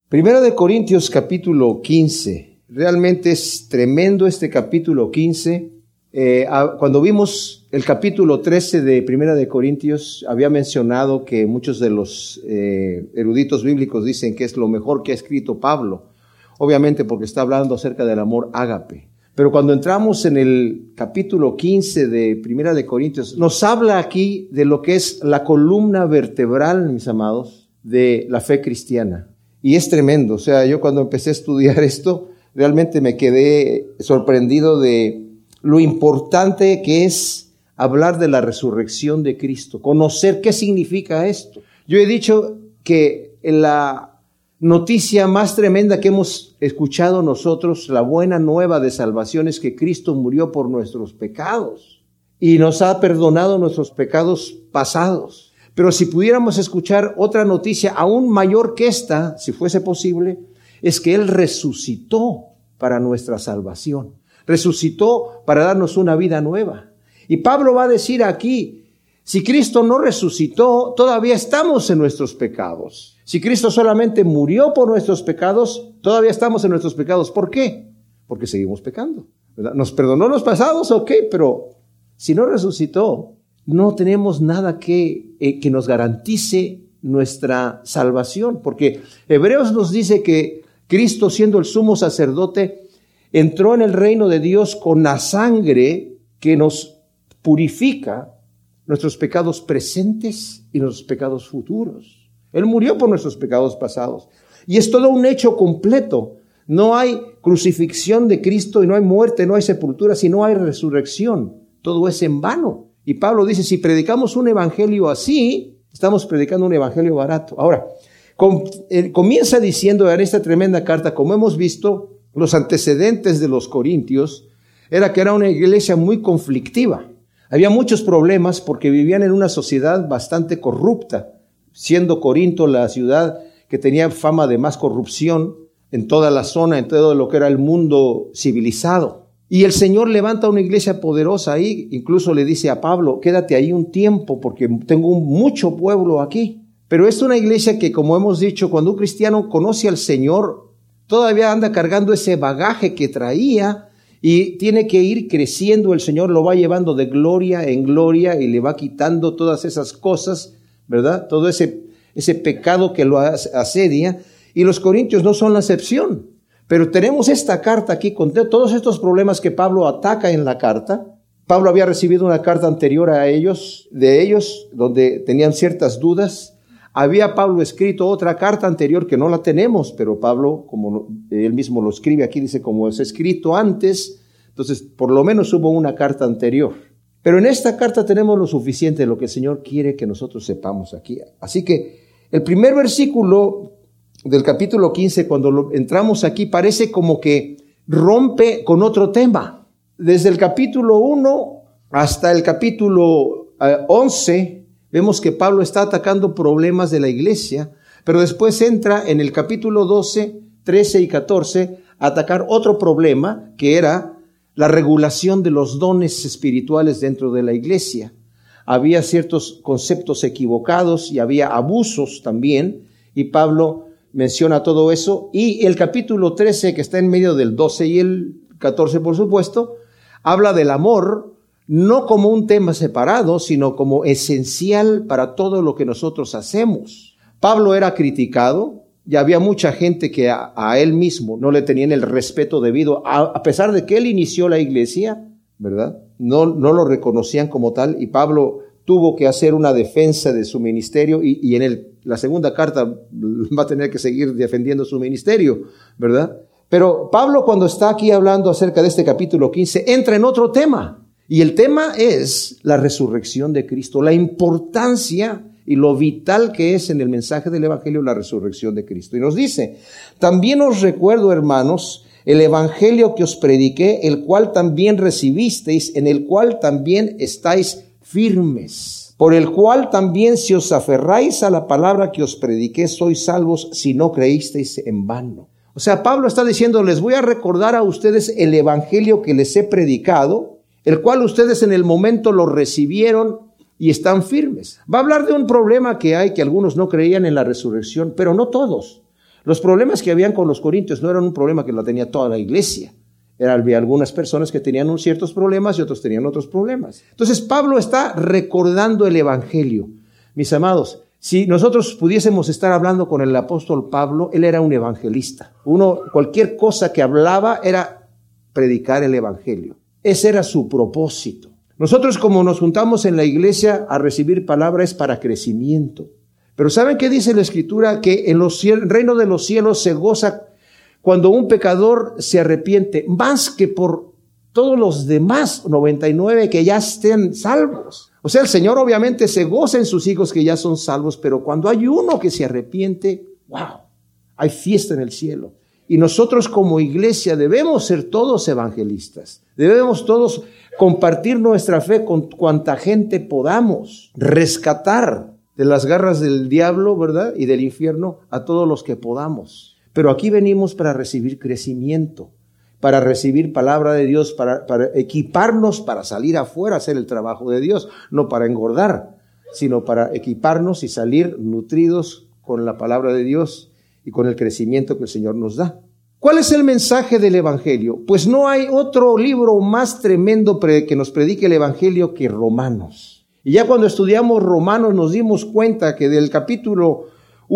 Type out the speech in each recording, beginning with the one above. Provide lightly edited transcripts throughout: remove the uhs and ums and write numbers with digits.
Primera de Corintios capítulo 15. Realmente es tremendo este capítulo 15. Cuando vimos el capítulo 13 de Primera de Corintios, había mencionado que muchos de los eruditos bíblicos dicen que es lo mejor que ha escrito Pablo. Obviamente porque está hablando acerca del amor ágape. Pero cuando entramos en el capítulo 15 de Primera de Corintios, nos habla aquí de lo que es la columna vertebral, mis amados, de la fe cristiana. Y es tremendo. O sea, yo cuando empecé a estudiar esto, realmente me quedé sorprendido de lo importante que es hablar de la resurrección de Cristo, conocer qué significa esto. Yo he dicho que la noticia más tremenda que hemos escuchado nosotros, la buena nueva de salvación, es que Cristo murió por nuestros pecados y nos ha perdonado nuestros pecados pasados. Pero si pudiéramos escuchar otra noticia aún mayor que esta, si fuese posible, es que Él resucitó para nuestra salvación. Resucitó para darnos una vida nueva. Y Pablo va a decir aquí, si Cristo no resucitó, todavía estamos en nuestros pecados. Si Cristo solamente murió por nuestros pecados, todavía estamos en nuestros pecados. ¿Por qué? Porque seguimos pecando, ¿verdad? Nos perdonó los pasados, ok, pero si no resucitó, no tenemos nada que nos garantice nuestra salvación. Porque Hebreos nos dice que Cristo, siendo el sumo sacerdote, entró en el reino de Dios con la sangre que nos purifica nuestros pecados presentes y nuestros pecados futuros. Él murió por nuestros pecados pasados. Y es todo un hecho completo. No hay crucifixión de Cristo y no hay muerte, no hay sepultura, sino hay resurrección. Todo es en vano. Y Pablo dice, si predicamos un evangelio así, estamos predicando un evangelio barato. Ahora, comienza diciendo en esta tremenda carta, como hemos visto, los antecedentes de los corintios, era que era una iglesia muy conflictiva. Había muchos problemas porque vivían en una sociedad bastante corrupta, siendo Corinto la ciudad que tenía fama de más corrupción en toda la zona, en todo lo que era el mundo civilizado. Y el Señor levanta una iglesia poderosa ahí, incluso le dice a Pablo, quédate ahí un tiempo porque tengo mucho pueblo aquí. Pero es una iglesia que, como hemos dicho, cuando un cristiano conoce al Señor, todavía anda cargando ese bagaje que traía y tiene que ir creciendo. El Señor lo va llevando de gloria en gloria y le va quitando todas esas cosas, ¿verdad? Todo ese pecado que lo asedia. Y los corintios no son la excepción. Pero tenemos esta carta aquí con todos estos problemas que Pablo ataca en la carta. Pablo había recibido una carta anterior de ellos, donde tenían ciertas dudas. Había Pablo escrito otra carta anterior que no la tenemos, pero Pablo, como él mismo lo escribe aquí, dice como es escrito antes, entonces por lo menos hubo una carta anterior. Pero en esta carta tenemos lo suficiente de lo que el Señor quiere que nosotros sepamos aquí. Así que el primer versículo del capítulo 15, cuando entramos aquí, parece como que rompe con otro tema. Desde el capítulo 1 hasta el capítulo 11, vemos que Pablo está atacando problemas de la iglesia, pero después entra en el capítulo 12, 13 y 14 a atacar otro problema, que era la regulación de los dones espirituales dentro de la iglesia. Había ciertos conceptos equivocados y había abusos también, y Pablo menciona todo eso. Y el capítulo 13, que está en medio del 12 y el 14, por supuesto, habla del amor, no como un tema separado, sino como esencial para todo lo que nosotros hacemos. Pablo era criticado, y había mucha gente que a él mismo no le tenían el respeto debido, a pesar de que él inició la iglesia, ¿verdad? No lo reconocían como tal, y Pablo tuvo que hacer una defensa de su ministerio, y en la segunda carta va a tener que seguir defendiendo su ministerio, ¿verdad? Pero Pablo, cuando está aquí hablando acerca de este capítulo 15, entra en otro tema. Y el tema es la resurrección de Cristo, la importancia y lo vital que es en el mensaje del evangelio la resurrección de Cristo. Y nos dice, también os recuerdo, hermanos, el evangelio que os prediqué, el cual también recibisteis, en el cual también estáis firmes, por el cual también si os aferráis a la palabra que os prediqué, sois salvos si no creísteis en vano. O sea, Pablo está diciendo, les voy a recordar a ustedes el evangelio que les he predicado, el cual ustedes en el momento lo recibieron y están firmes. Va a hablar de un problema que hay, que algunos no creían en la resurrección, pero no todos. Los problemas que habían con los corintios no eran un problema que lo tenía toda la iglesia. Había algunas personas que tenían ciertos problemas y otros tenían otros problemas. Entonces Pablo está recordando el evangelio. Mis amados, si nosotros pudiésemos estar hablando con el apóstol Pablo, él era un evangelista. Cualquier cosa que hablaba era predicar el evangelio. Ese era su propósito. Nosotros, como nos juntamos en la iglesia a recibir palabra, es para crecimiento. Pero ¿saben qué dice la Escritura? Que en el reino de los cielos se goza cuando un pecador se arrepiente, más que por todos los demás 99 que ya estén salvos. O sea, el Señor obviamente se goza en sus hijos que ya son salvos, pero cuando hay uno que se arrepiente, ¡wow!, hay fiesta en el cielo. Y nosotros como iglesia debemos ser todos evangelistas. Debemos todos compartir nuestra fe con cuanta gente podamos. Rescatar de las garras del diablo, ¿verdad?, y del infierno a todos los que podamos. Pero aquí venimos para recibir crecimiento, para recibir palabra de Dios, para equiparnos para salir afuera a hacer el trabajo de Dios. No para engordar, sino para equiparnos y salir nutridos con la palabra de Dios y con el crecimiento que el Señor nos da. ¿Cuál es el mensaje del Evangelio? Pues no hay otro libro más tremendo que nos predique el Evangelio que Romanos. Y ya cuando estudiamos Romanos nos dimos cuenta que del capítulo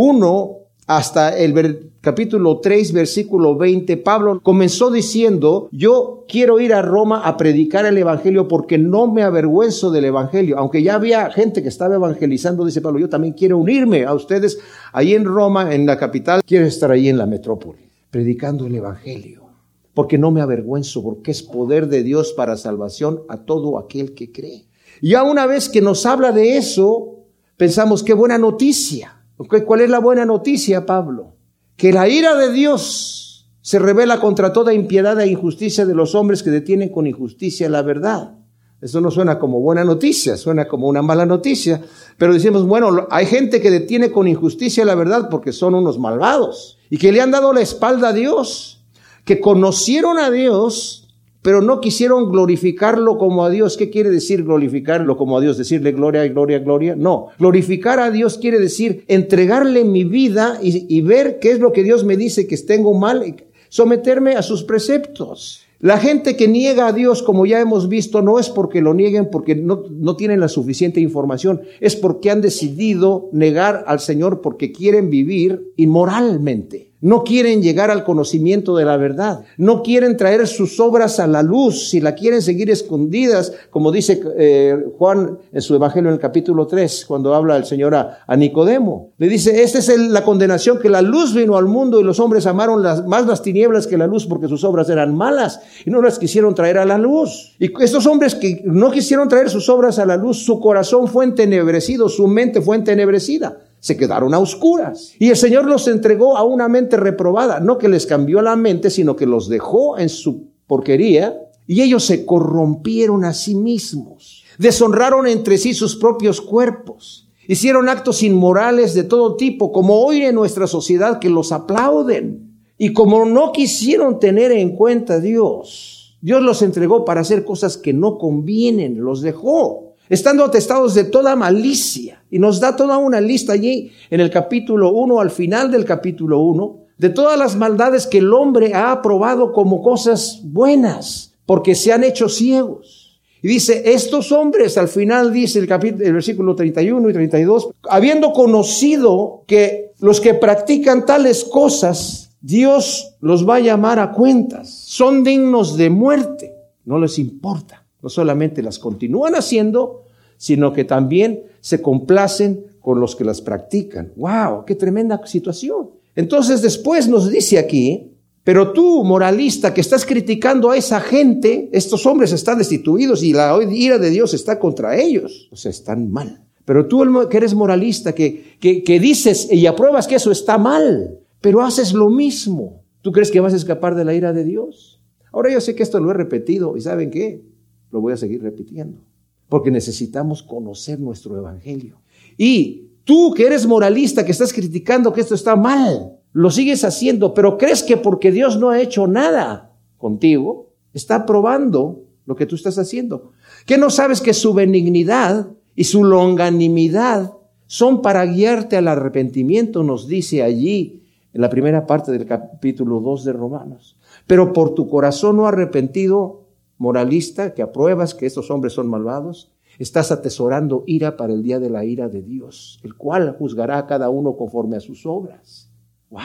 1 hasta el capítulo 3, versículo 20, Pablo comenzó diciendo: yo quiero ir a Roma a predicar el Evangelio porque no me avergüenzo del Evangelio. Aunque ya había gente que estaba evangelizando, dice Pablo, yo también quiero unirme a ustedes ahí en Roma, en la capital. Quiero estar ahí en la metrópoli, predicando el Evangelio, porque no me avergüenzo, porque es poder de Dios para salvación a todo aquel que cree. Y ya una vez que nos habla de eso, pensamos, qué buena noticia. ¿Cuál es la buena noticia, Pablo? Que la ira de Dios se revela contra toda impiedad e injusticia de los hombres que detienen con injusticia la verdad. Eso no suena como buena noticia, suena como una mala noticia. Pero decimos, bueno, hay gente que detiene con injusticia la verdad porque son unos malvados y que le han dado la espalda a Dios, que conocieron a Dios, pero no quisieron glorificarlo como a Dios. ¿Qué quiere decir glorificarlo como a Dios? ¿Decirle gloria, gloria, gloria? No. Glorificar a Dios quiere decir entregarle mi vida y ver qué es lo que Dios me dice que tengo mal, someterme a sus preceptos. La gente que niega a Dios, como ya hemos visto, no es porque lo nieguen porque no tienen la suficiente información, es porque han decidido negar al Señor porque quieren vivir inmoralmente. No quieren llegar al conocimiento de la verdad. No quieren traer sus obras a la luz. Si la quieren seguir escondidas, como dice Juan en su Evangelio en el capítulo 3, cuando habla el Señor a Nicodemo. Le dice, esta es la condenación, que la luz vino al mundo y los hombres amaron más las tinieblas que la luz porque sus obras eran malas y no las quisieron traer a la luz. Y estos hombres que no quisieron traer sus obras a la luz, su corazón fue entenebrecido, su mente fue entenebrecida. Se quedaron a oscuras. Y el Señor los entregó a una mente reprobada. No que les cambió la mente, sino que los dejó en su porquería. Y ellos se corrompieron a sí mismos. Deshonraron entre sí sus propios cuerpos. Hicieron actos inmorales de todo tipo, como hoy en nuestra sociedad que los aplauden. Y como no quisieron tener en cuenta a Dios, Dios los entregó para hacer cosas que no convienen. Los dejó, estando atestados de toda malicia. Y nos da toda una lista allí en el capítulo 1, al final del capítulo 1, de todas las maldades que el hombre ha aprobado como cosas buenas, porque se han hecho ciegos. Y dice, estos hombres, al final dice el versículo 31 y 32, habiendo conocido que los que practican tales cosas, Dios los va a llamar a cuentas, son dignos de muerte, no les importa. No solamente las continúan haciendo, sino que también se complacen con los que las practican. ¡Wow! ¡Qué tremenda situación! Entonces después nos dice aquí, pero tú, moralista, que estás criticando a esa gente, estos hombres están destituidos y la ira de Dios está contra ellos. O sea, están mal. Pero tú que eres moralista, que dices y apruebas que eso está mal, pero haces lo mismo, ¿tú crees que vas a escapar de la ira de Dios? Ahora yo sé que esto lo he repetido y ¿saben qué? Lo voy a seguir repitiendo, porque necesitamos conocer nuestro evangelio. Y tú que eres moralista, que estás criticando que esto está mal, lo sigues haciendo, pero crees que porque Dios no ha hecho nada contigo, está aprobando lo que tú estás haciendo. ¿Qué no sabes que su benignidad y su longanimidad son para guiarte al arrepentimiento? Nos dice allí en la primera parte del capítulo 2 de Romanos. Pero por tu corazón no arrepentido, moralista, que apruebas que estos hombres son malvados, estás atesorando ira para el día de la ira de Dios, el cual juzgará a cada uno conforme a sus obras. ¡Wow!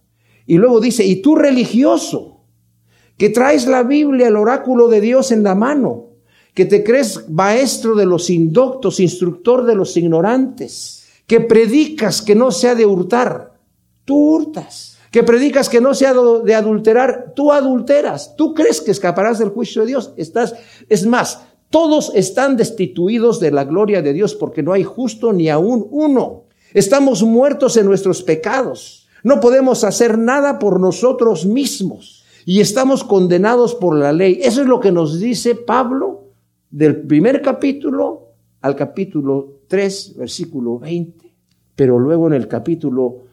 Y luego dice, y tú religioso, que traes la Biblia, el oráculo de Dios en la mano, que te crees maestro de los indoctos, instructor de los ignorantes, que predicas que no se ha de hurtar, tú hurtas, que predicas que no se ha de adulterar, tú adulteras, tú crees que escaparás del juicio de Dios, es más, todos están destituidos de la gloria de Dios porque no hay justo ni aún uno. Estamos muertos en nuestros pecados. No podemos hacer nada por nosotros mismos y estamos condenados por la ley. Eso es lo que nos dice Pablo del primer capítulo al capítulo 3, versículo 20. Pero luego en el capítulo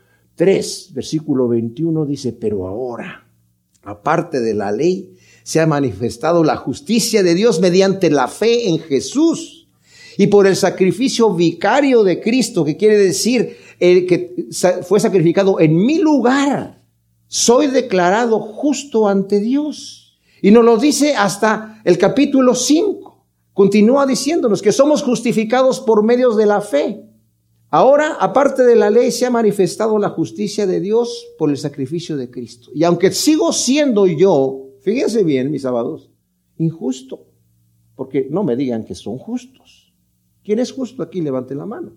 3, versículo 21 dice, pero ahora, aparte de la ley, se ha manifestado la justicia de Dios mediante la fe en Jesús y por el sacrificio vicario de Cristo, que quiere decir el que fue sacrificado en mi lugar. Soy declarado justo ante Dios. Y nos lo dice hasta el capítulo 5. Continúa diciéndonos que somos justificados por medios de la fe. Ahora, aparte de la ley, se ha manifestado la justicia de Dios por el sacrificio de Cristo. Y aunque sigo siendo yo, fíjense bien, mis amados, injusto, porque no me digan que son justos. ¿Quién es justo aquí? Levante la mano.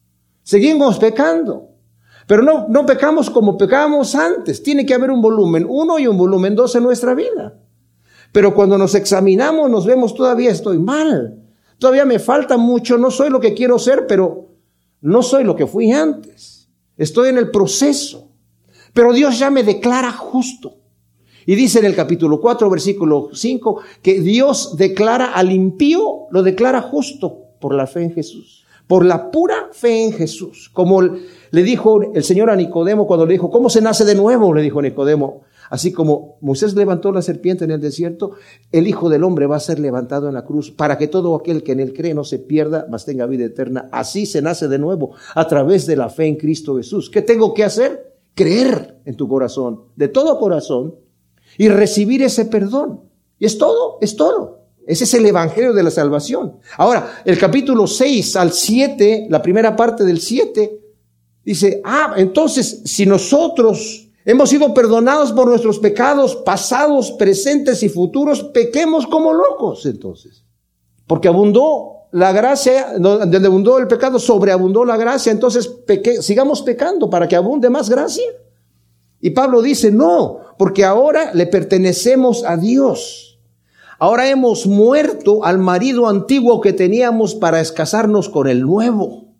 Seguimos pecando, pero no pecamos como pecábamos antes. Tiene que haber un volumen 1 y un volumen 2 en nuestra vida. Pero cuando nos examinamos, nos vemos, todavía estoy mal. Todavía me falta mucho, no soy lo que quiero ser, pero no soy lo que fui antes. Estoy en el proceso. Pero Dios ya me declara justo. Y dice en el capítulo 4, versículo 5, que Dios declara al impío, lo declara justo por la fe en Jesús. Por la pura fe en Jesús. Como le dijo el Señor a Nicodemo cuando le dijo, ¿cómo se nace de nuevo? Le dijo Nicodemo. Así como Moisés levantó la serpiente en el desierto, el Hijo del Hombre va a ser levantado en la cruz para que todo aquel que en él cree no se pierda, mas tenga vida eterna. Así se nace de nuevo a través de la fe en Cristo Jesús. ¿Qué tengo que hacer? Creer en tu corazón, de todo corazón, y recibir ese perdón. Y es todo, es todo. Ese es el evangelio de la salvación. Ahora, el capítulo 6 al 7, la primera parte del 7, dice, entonces, si nosotros hemos sido perdonados por nuestros pecados pasados, presentes y futuros, pequemos como locos entonces. Porque abundó la gracia, donde abundó el pecado, sobreabundó la gracia, entonces sigamos pecando para que abunde más gracia. Y Pablo dice, no, porque ahora le pertenecemos a Dios. Ahora hemos muerto al marido antiguo que teníamos para casarnos con el nuevo.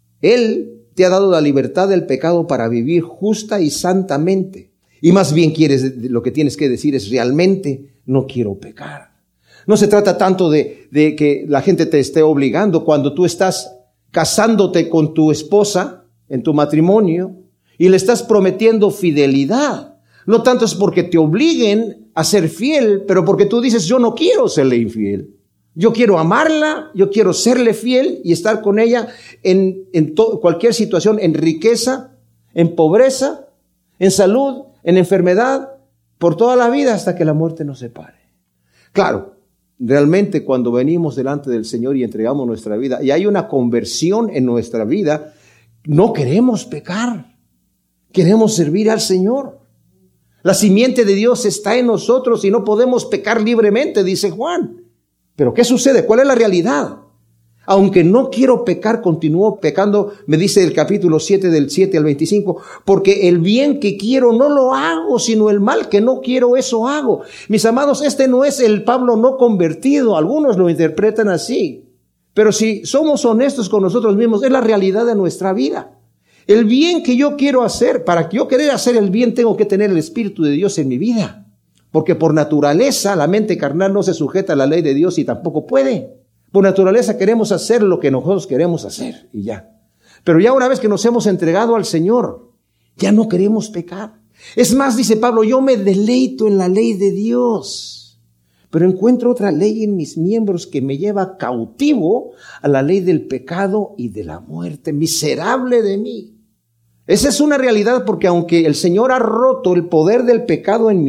Él te ha dado la libertad del pecado para vivir justa y santamente. Y más bien lo que tienes que decir es realmente no quiero pecar. No se trata tanto de que la gente te esté obligando. Cuando tú estás casándote con tu esposa en tu matrimonio y le estás prometiendo fidelidad, no tanto es porque te obliguen a ser fiel, pero porque tú dices, yo no quiero serle infiel. Yo quiero amarla, yo quiero serle fiel y estar con ella en cualquier situación, en riqueza, en pobreza, en salud, en enfermedad, por toda la vida hasta que la muerte nos separe. Claro, realmente cuando venimos delante del Señor y entregamos nuestra vida y hay una conversión en nuestra vida, no queremos pecar, queremos servir al Señor. La simiente de Dios está en nosotros y no podemos pecar libremente, dice Juan. Pero ¿qué sucede? ¿Cuál es la realidad? Aunque no quiero pecar, continúo pecando, me dice el capítulo 7 del 7 al 25, porque el bien que quiero no lo hago, sino el mal que no quiero, eso hago. Mis amados, este no es el Pablo no convertido, algunos lo interpretan así. Pero si somos honestos con nosotros mismos, es la realidad de nuestra vida. El bien que yo quiero hacer, para que yo querer hacer el bien, tengo que tener el Espíritu de Dios en mi vida. Porque por naturaleza la mente carnal no se sujeta a la ley de Dios y tampoco puede. Por naturaleza queremos hacer lo que nosotros queremos hacer y ya. Pero ya una vez que nos hemos entregado al Señor, ya no queremos pecar. Es más, dice Pablo, yo me deleito en la ley de Dios, pero encuentro otra ley en mis miembros que me lleva cautivo a la ley del pecado y de la muerte. Miserable de mí. Esa es una realidad, porque aunque el Señor ha roto el poder del pecado en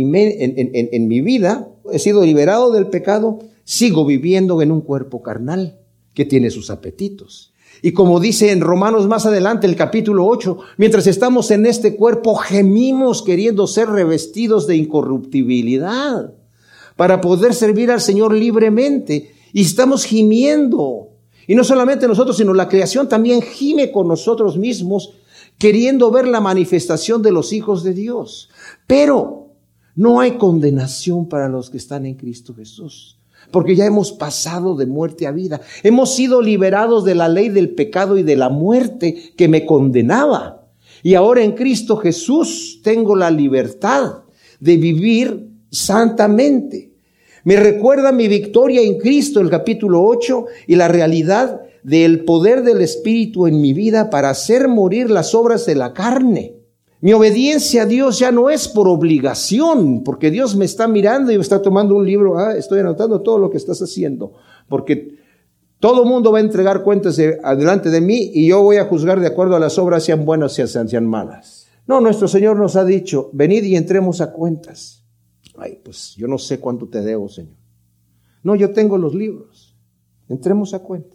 mi vida, he sido liberado del pecado, sigo viviendo en un cuerpo carnal que tiene sus apetitos. Y como dice en Romanos más adelante, el capítulo 8, mientras estamos en este cuerpo, gemimos queriendo ser revestidos de incorruptibilidad para poder servir al Señor libremente. Y estamos gimiendo. Y no solamente nosotros, sino la creación también gime con nosotros mismos, queriendo ver la manifestación de los hijos de Dios. Pero no hay condenación para los que están en Cristo Jesús, porque ya hemos pasado de muerte a vida. Hemos sido liberados de la ley del pecado y de la muerte que me condenaba. Y ahora en Cristo Jesús tengo la libertad de vivir santamente. Me recuerda mi victoria en Cristo, el capítulo 8, y la realidad del poder del Espíritu en mi vida para hacer morir las obras de la carne. Mi obediencia a Dios ya no es por obligación, porque Dios me está mirando y me está tomando un libro. Estoy anotando todo lo que estás haciendo, porque todo mundo va a entregar cuentas delante de mí y yo voy a juzgar de acuerdo a las obras, sean buenas o sean malas. No, nuestro Señor nos ha dicho, venid y entremos a cuentas. Ay, pues yo no sé cuánto te debo, Señor. No, yo tengo los libros. Entremos a cuentas.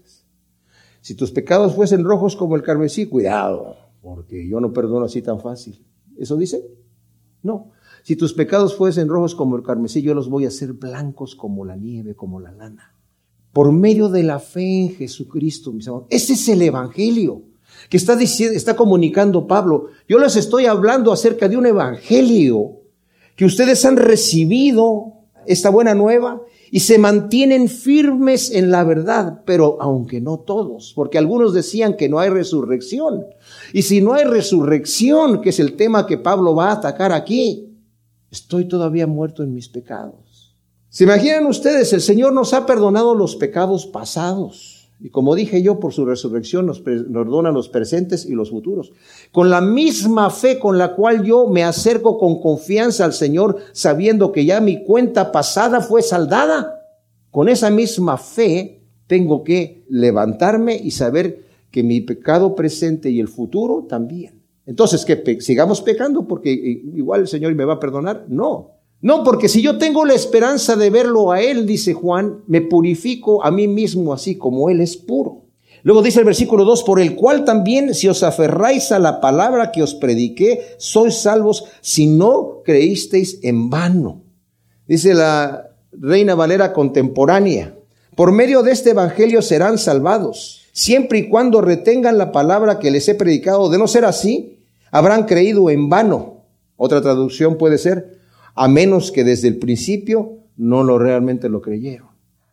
Si tus pecados fuesen rojos como el carmesí, cuidado, porque yo no perdono así tan fácil. ¿Eso dice? No. Si tus pecados fuesen rojos como el carmesí, yo los voy a hacer blancos como la nieve, como la lana. Por medio de la fe en Jesucristo, mis amados. Ese es el evangelio que está comunicando Pablo. Yo les estoy hablando acerca de un evangelio que ustedes han recibido, esta buena nueva, y se mantienen firmes en la verdad, pero aunque no todos, porque algunos decían que no hay resurrección. Y si no hay resurrección, que es el tema que Pablo va a atacar aquí, estoy todavía muerto en mis pecados. ¿Se imaginan ustedes? El Señor nos ha perdonado los pecados pasados. Y como dije yo, por su resurrección nos perdona los presentes y los futuros. Con la misma fe con la cual yo me acerco con confianza al Señor, sabiendo que ya mi cuenta pasada fue saldada. Con esa misma fe tengo que levantarme y saber que mi pecado presente y el futuro también. Entonces, ¿que sigamos pecando porque igual el Señor me va a perdonar? No, porque si yo tengo la esperanza de verlo a Él, dice Juan, me purifico a mí mismo así como Él es puro. Luego dice el versículo 2, por el cual también si os aferráis a la palabra que os prediqué, sois salvos si no creísteis en vano. Dice la Reina Valera contemporánea, por medio de este evangelio serán salvados, siempre y cuando retengan la palabra que les he predicado. De no ser así, habrán creído en vano. Otra traducción puede ser, a menos que desde el principio no realmente lo creyeron.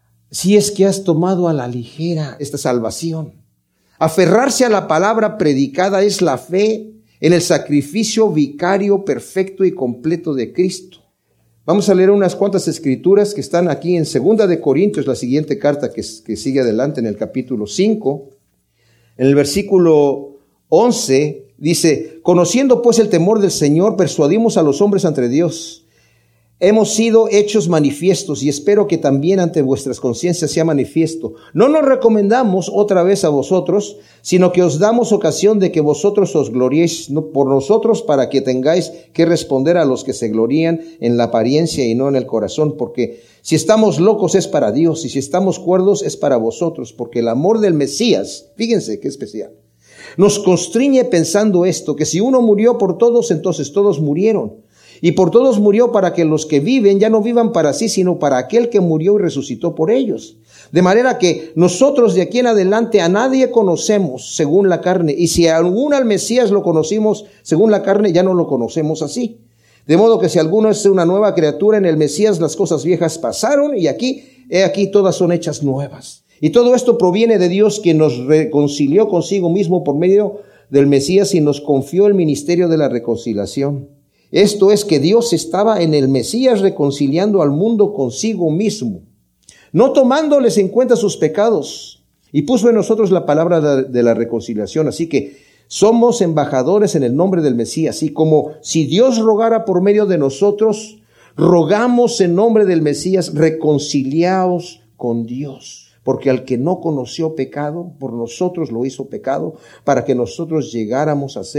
Si es que has tomado a la ligera esta salvación. Aferrarse a la palabra predicada es la fe en el sacrificio vicario perfecto y completo de Cristo. Vamos a leer unas cuantas escrituras que están aquí en 2 de Corintios, la siguiente carta que sigue adelante en el capítulo 5. En el versículo 11 dice, conociendo pues el temor del Señor, persuadimos a los hombres ante Dios. Hemos sido hechos manifiestos y espero que también ante vuestras conciencias sea manifiesto. No nos recomendamos otra vez a vosotros, sino que os damos ocasión de que vosotros os gloriéis por nosotros para que tengáis que responder a los que se glorían en la apariencia y no en el corazón. Porque si estamos locos es para Dios y si estamos cuerdos es para vosotros. Porque el amor del Mesías, fíjense qué especial, nos constriñe pensando esto, que si uno murió por todos, entonces todos murieron. Y por todos murió para que los que viven ya no vivan para sí, sino para aquel que murió y resucitó por ellos. De manera que nosotros de aquí en adelante a nadie conocemos según la carne. Y si aún al Mesías lo conocimos según la carne, ya no lo conocemos así. De modo que si alguno es una nueva criatura en el Mesías, las cosas viejas pasaron y aquí todas son hechas nuevas. Y todo esto proviene de Dios, quien nos reconcilió consigo mismo por medio del Mesías y nos confió el ministerio de la reconciliación. Esto es que Dios estaba en el Mesías reconciliando al mundo consigo mismo, no tomándoles en cuenta sus pecados, y puso en nosotros la palabra de la reconciliación. Así que somos embajadores en el nombre del Mesías, y como si Dios rogara por medio de nosotros, rogamos en nombre del Mesías, reconciliaos con Dios. Porque al que no conoció pecado, por nosotros lo hizo pecado, para que nosotros llegáramos a ser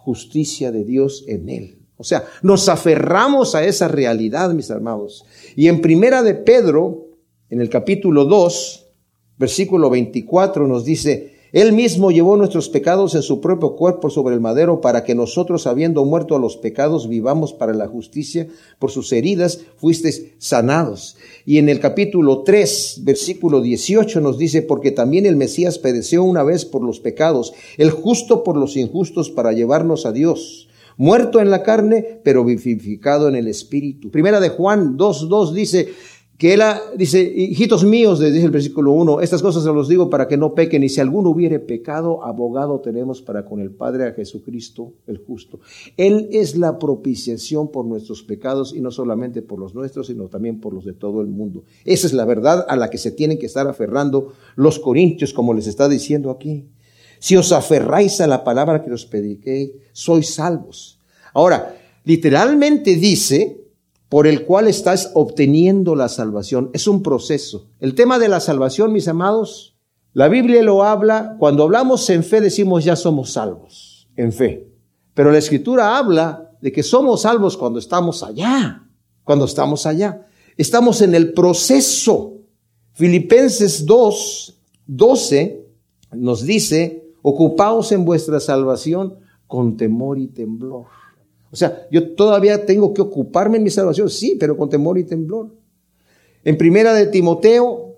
justicia de Dios en él. O sea, nos aferramos a esa realidad, mis hermanos. Y en Primera de Pedro, en el capítulo 2, versículo 24, nos dice: Él mismo llevó nuestros pecados en su propio cuerpo sobre el madero, para que nosotros, habiendo muerto a los pecados, vivamos para la justicia. Por sus heridas fuisteis sanados. Y en el capítulo 3, versículo 18 nos dice: Porque también el Mesías padeció una vez por los pecados, el justo por los injustos, para llevarnos a Dios. Muerto en la carne, pero vivificado en el Espíritu. Primera de Juan 2:2 dice que él dice: hijitos míos, dice el versículo 1, estas cosas se los digo para que no pequen, y si alguno hubiere pecado, abogado tenemos para con el Padre, a Jesucristo el justo. Él es la propiciación por nuestros pecados, y no solamente por los nuestros, sino también por los de todo el mundo. Esa es la verdad a la que se tienen que estar aferrando los corintios, como les está diciendo aquí. Si os aferráis a la palabra que os prediqué, sois salvos. Ahora, literalmente dice: por el cual estás obteniendo la salvación. Es un proceso. El tema de la salvación, mis amados, la Biblia lo habla. Cuando hablamos en fe, decimos ya somos salvos, en fe. Pero la Escritura habla de que somos salvos cuando estamos allá. Cuando estamos allá. Estamos en el proceso. Filipenses 2:12 nos dice: ocupaos en vuestra salvación con temor y temblor. O sea, yo todavía tengo que ocuparme en mi salvación, sí, pero con temor y temblor. En Primera de Timoteo,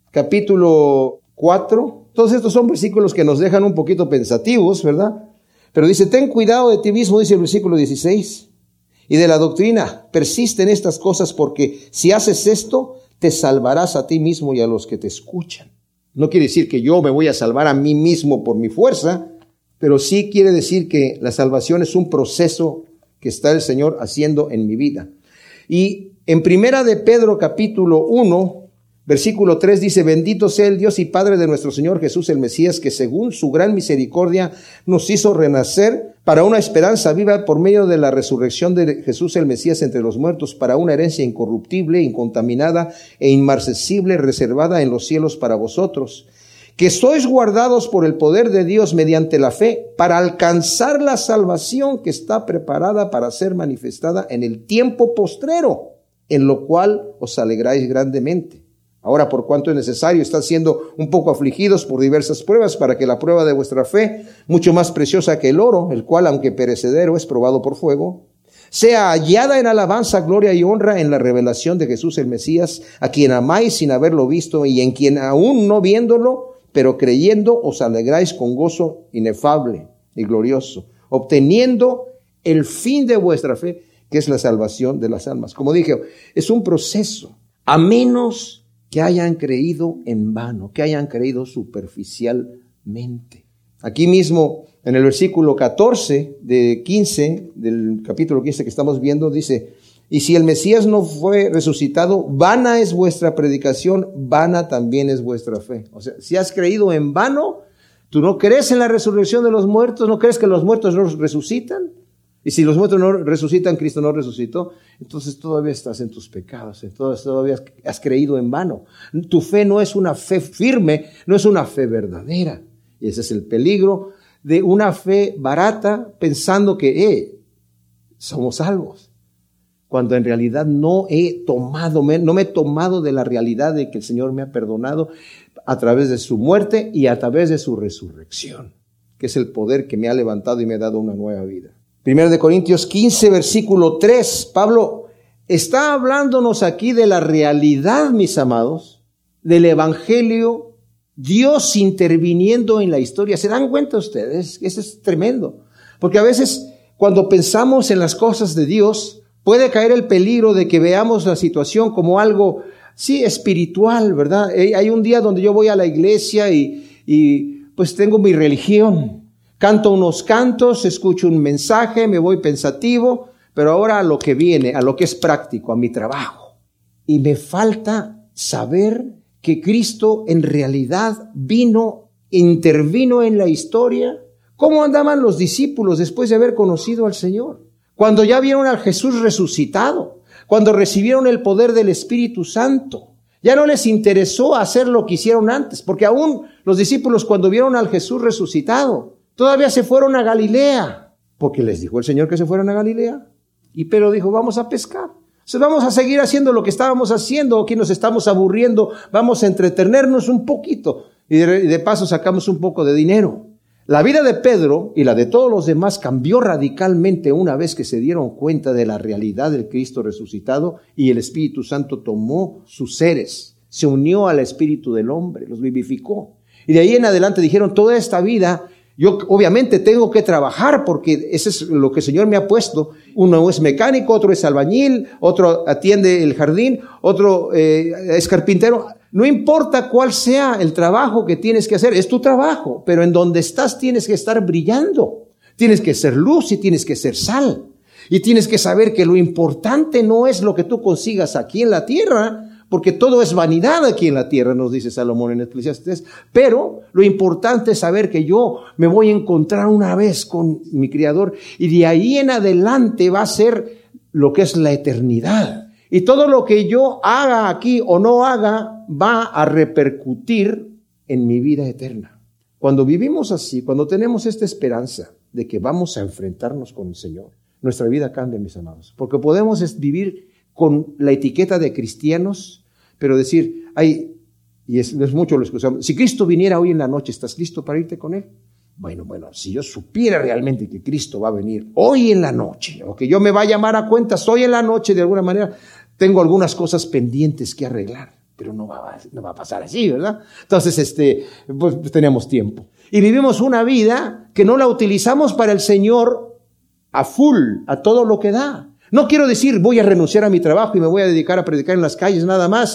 capítulo 4, todos estos son versículos que nos dejan un poquito pensativos, ¿verdad? Pero dice: ten cuidado de ti mismo, dice el versículo 16, y de la doctrina, persiste en estas cosas, porque si haces esto, te salvarás a ti mismo y a los que te escuchan. No quiere decir que yo me voy a salvar a mí mismo por mi fuerza, pero sí quiere decir que la salvación es un proceso que está el Señor haciendo en mi vida. Y en Primera de Pedro, capítulo 1, versículo 3 dice: bendito sea el Dios y Padre de nuestro Señor Jesús el Mesías, que según su gran misericordia nos hizo renacer para una esperanza viva por medio de la resurrección de Jesús el Mesías entre los muertos, para una herencia incorruptible, incontaminada e inmarcesible, reservada en los cielos para vosotros, que sois guardados por el poder de Dios mediante la fe, para alcanzar la salvación que está preparada para ser manifestada en el tiempo postrero, en lo cual os alegráis grandemente. Ahora, por cuanto es necesario, estad siendo un poco afligidos por diversas pruebas, para que la prueba de vuestra fe, mucho más preciosa que el oro, el cual, aunque perecedero, es probado por fuego, sea hallada en alabanza, gloria y honra en la revelación de Jesús el Mesías, a quien amáis sin haberlo visto, y en quien aún no viéndolo, pero creyendo, os alegráis con gozo inefable y glorioso, obteniendo el fin de vuestra fe, que es la salvación de las almas. Como dije, es un proceso, a menos que hayan creído en vano, que hayan creído superficialmente. Aquí mismo, en el versículo 14 de 15, del capítulo 15 que estamos viendo, dice: y si el Mesías no fue resucitado, vana es vuestra predicación, vana también es vuestra fe. O sea, si has creído en vano, tú no crees en la resurrección de los muertos, no crees que los muertos no resucitan. Y si los muertos no resucitan, Cristo no resucitó, entonces todavía estás en tus pecados, entonces todavía has creído en vano. Tu fe no es una fe firme, no es una fe verdadera. Y ese es el peligro de una fe barata, pensando que somos salvos, cuando en realidad no me he tomado de la realidad de que el Señor me ha perdonado a través de su muerte y a través de su resurrección, que es el poder que me ha levantado y me ha dado una nueva vida. 1 Corintios 15, versículo 3, Pablo está hablándonos aquí de la realidad, mis amados, del Evangelio, Dios interviniendo en la historia. ¿Se dan cuenta ustedes? Eso es tremendo, porque a veces cuando pensamos en las cosas de Dios, puede caer el peligro de que veamos la situación como algo, sí, espiritual, ¿verdad? Hay un día donde yo voy a la iglesia y pues tengo mi religión. Canto unos cantos, escucho un mensaje, me voy pensativo, pero ahora a lo que viene, a lo que es práctico, a mi trabajo. Y me falta saber que Cristo en realidad intervino en la historia. ¿Cómo andaban los discípulos después de haber conocido al Señor? Cuando ya vieron al Jesús resucitado, cuando recibieron el poder del Espíritu Santo, ya no les interesó hacer lo que hicieron antes, porque aún los discípulos cuando vieron al Jesús resucitado, todavía se fueron a Galilea, porque les dijo el Señor que se fueran a Galilea. Y Pedro dijo, vamos a pescar. Entonces vamos a seguir haciendo lo que estábamos haciendo, aquí nos estamos aburriendo, vamos a entretenernos un poquito y de paso sacamos un poco de dinero. La vida de Pedro y la de todos los demás cambió radicalmente una vez que se dieron cuenta de la realidad del Cristo resucitado y el Espíritu Santo tomó sus seres, se unió al espíritu del hombre, los vivificó. Y de ahí en adelante dijeron, toda esta vida yo obviamente tengo que trabajar porque eso es lo que el Señor me ha puesto. Uno es mecánico, otro es albañil, otro atiende el jardín, otro es carpintero. No importa cuál sea el trabajo que tienes que hacer, es tu trabajo, pero en donde estás tienes que estar brillando. Tienes que ser luz y tienes que ser sal. Y tienes que saber que lo importante no es lo que tú consigas aquí en la tierra, porque todo es vanidad aquí en la tierra, nos dice Salomón en Eclesiastés. Pero lo importante es saber que yo me voy a encontrar una vez con mi Creador y de ahí en adelante va a ser lo que es la eternidad. Y todo lo que yo haga aquí o no haga va a repercutir en mi vida eterna. Cuando vivimos así, cuando tenemos esta esperanza de que vamos a enfrentarnos con el Señor, nuestra vida cambia, mis amados. Porque podemos vivir con la etiqueta de cristianos, pero decir, y es mucho lo que usamos, si Cristo viniera hoy en la noche, ¿estás listo para irte con Él? Bueno, si yo supiera realmente que Cristo va a venir hoy en la noche, o que yo me va a llamar a cuentas hoy en la noche de alguna manera, tengo algunas cosas pendientes que arreglar, pero no va a pasar así, ¿verdad? Entonces, pues tenemos tiempo. Y vivimos una vida que no la utilizamos para el Señor a full, a todo lo que da. No quiero decir voy a renunciar a mi trabajo y me voy a dedicar a predicar en las calles nada más.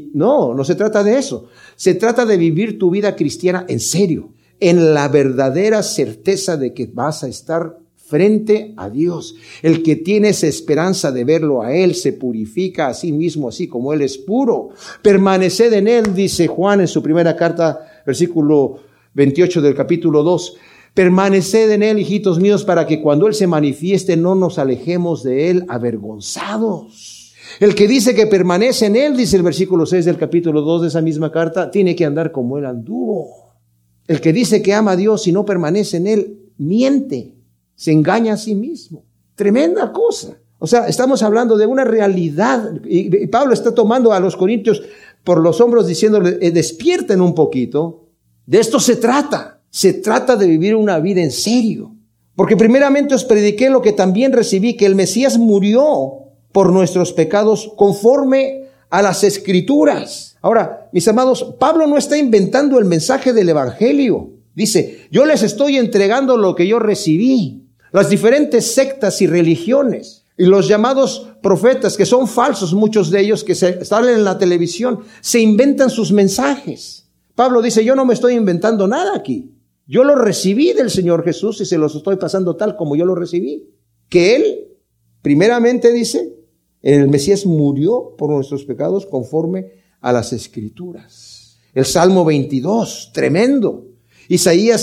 No se trata de eso. Se trata de vivir tu vida cristiana en serio, en la verdadera certeza de que vas a estar frente a Dios. El que tiene esa esperanza de verlo a Él se purifica a sí mismo, así como Él es puro. Permaneced en Él, dice Juan en su primera carta, versículo 28 del capítulo 2. Permaneced en Él, hijitos míos, para que cuando Él se manifieste no nos alejemos de Él avergonzados. El que dice que permanece en Él, dice el versículo 6 del capítulo 2 de esa misma carta, tiene que andar como Él anduvo. El que dice que ama a Dios y no permanece en Él, miente, se engaña a sí mismo. Tremenda cosa. O sea, estamos hablando de una realidad. Y Pablo está tomando a los corintios por los hombros diciéndole, despierten un poquito. De esto se trata. Se trata de vivir una vida en serio. Porque primeramente os prediqué lo que también recibí, que el Mesías murió por nuestros pecados conforme a las Escrituras. Ahora, mis amados, Pablo no está inventando el mensaje del Evangelio. Dice, yo les estoy entregando lo que yo recibí. Las diferentes sectas y religiones y los llamados profetas, que son falsos, muchos de ellos que salen en la televisión, se inventan sus mensajes. Pablo dice, yo no me estoy inventando nada aquí. Yo lo recibí del Señor Jesús y se los estoy pasando tal como yo lo recibí. Que Él, primeramente dice, el Mesías murió por nuestros pecados conforme a las Escrituras. El Salmo 22, tremendo. Isaías